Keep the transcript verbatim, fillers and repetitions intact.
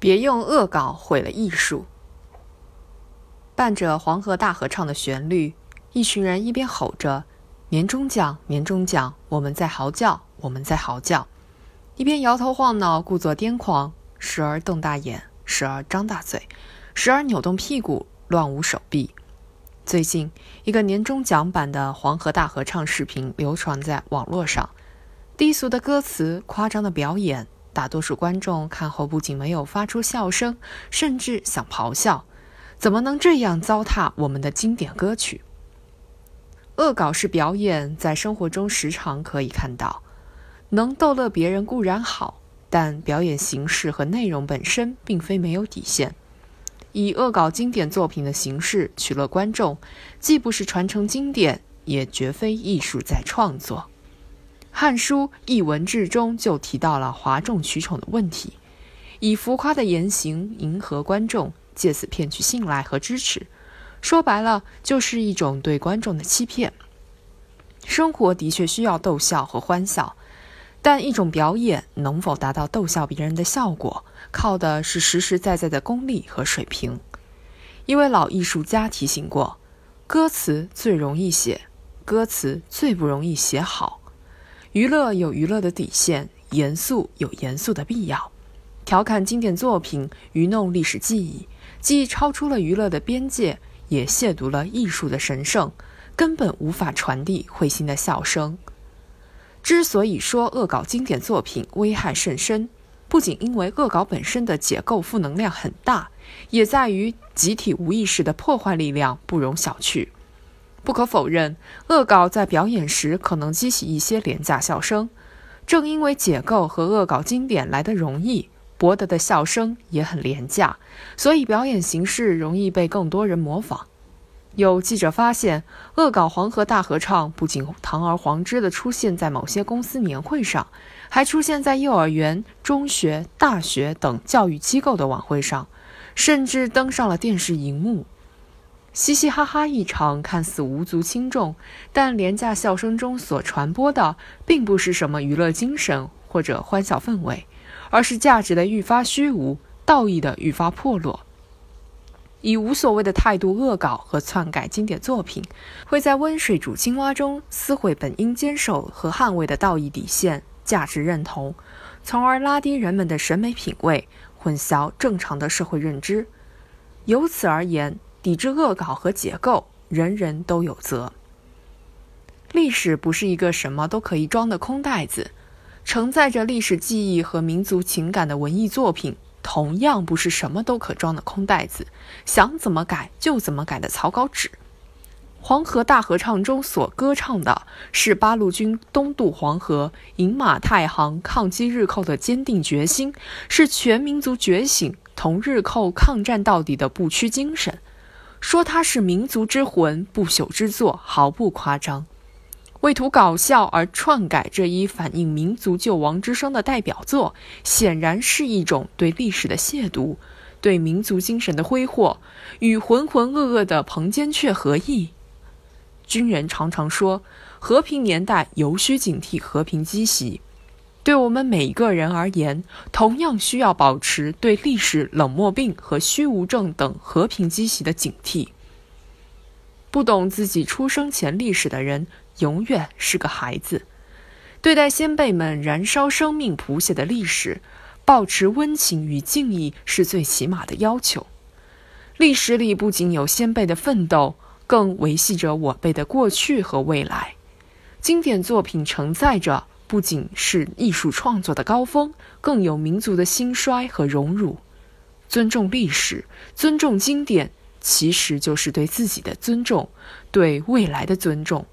别用恶搞毁了艺术。伴着黄河大合唱的旋律，一群人一边吼着年终奖年终奖，我们在嚎叫我们在嚎叫，一边摇头晃脑，故作癫狂，时而瞪大眼，时而张大嘴，时而扭动屁股，乱舞手臂。最近一个年终奖版的黄河大合唱视频流传在网络上，低俗的歌词，夸张的表演，大多数观众看后不仅没有发出笑声，甚至想咆哮，怎么能这样糟蹋我们的经典歌曲？恶搞式表演在生活中时常可以看到，能逗乐别人固然好，但表演形式和内容本身并非没有底线。以恶搞经典作品的形式取乐观众，既不是传承经典，也绝非艺术在创作。《汉书·艺文志》中就提到了哗众取宠的问题，以浮夸的言行迎合观众，借此骗取信赖和支持。说白了，就是一种对观众的欺骗。生活的确需要逗笑和欢笑，但一种表演能否达到逗笑别人的效果，靠的是实实在在的功力和水平。一位老艺术家提醒过，歌词最容易写，歌词最不容易写好。娱乐有娱乐的底线，严肃有严肃的必要。调侃经典作品，愚弄历史记忆，既超出了娱乐的边界，也亵渎了艺术的神圣，根本无法传递会心的笑声。之所以说恶搞经典作品危害甚深，不仅因为恶搞本身的解构负能量很大，也在于集体无意识的破坏力量不容小觑。不可否认，恶搞在表演时可能激起一些廉价笑声，正因为解构和恶搞经典来得容易，博得的笑声也很廉价，所以表演形式容易被更多人模仿。有记者发现，恶搞黄河大合唱不仅堂而皇之地出现在某些公司年会上，还出现在幼儿园、中学、大学等教育机构的晚会上，甚至登上了电视荧幕。嘻嘻哈哈一场，看似无足轻重，但廉价笑声中所传播的并不是什么娱乐精神或者欢笑氛围，而是价值的愈发虚无，道义的愈发破落。以无所谓的态度恶搞和篡改经典作品，会在温水煮青蛙中撕毁本应坚守和捍卫的道义底线、价值认同，从而拉低人们的审美品味，混淆正常的社会认知。由此而言，抵制恶搞和解构，人人都有责。历史不是一个什么都可以装的空袋子，承载着历史记忆和民族情感的文艺作品，同样不是什么都可装的空袋子，想怎么改就怎么改的草稿纸。黄河大合唱中所歌唱的是八路军东渡黄河、饮马太行、抗击日寇的坚定决心，是全民族觉醒、同日寇抗战到底的不屈精神。说它是民族之魂、不朽之作，毫不夸张。为图搞笑而篡改这一反映民族救亡之声的代表作，显然是一种对历史的亵渎，对民族精神的挥霍，与浑浑噩噩的彭坚却何异？军人常常说，和平年代尤需警惕和平积习。对我们每一个人而言，同样需要保持对历史冷漠病和虚无症等和平积习的警惕。不懂自己出生前历史的人，永远是个孩子。对待先辈们燃烧生命谱写的历史，抱持温情与敬意是最起码的要求。历史里不仅有先辈的奋斗，更维系着我辈的过去和未来。经典作品承载着不仅是艺术创作的高峰，更有民族的兴衰和荣辱。尊重历史，尊重经典，其实就是对自己的尊重，对未来的尊重。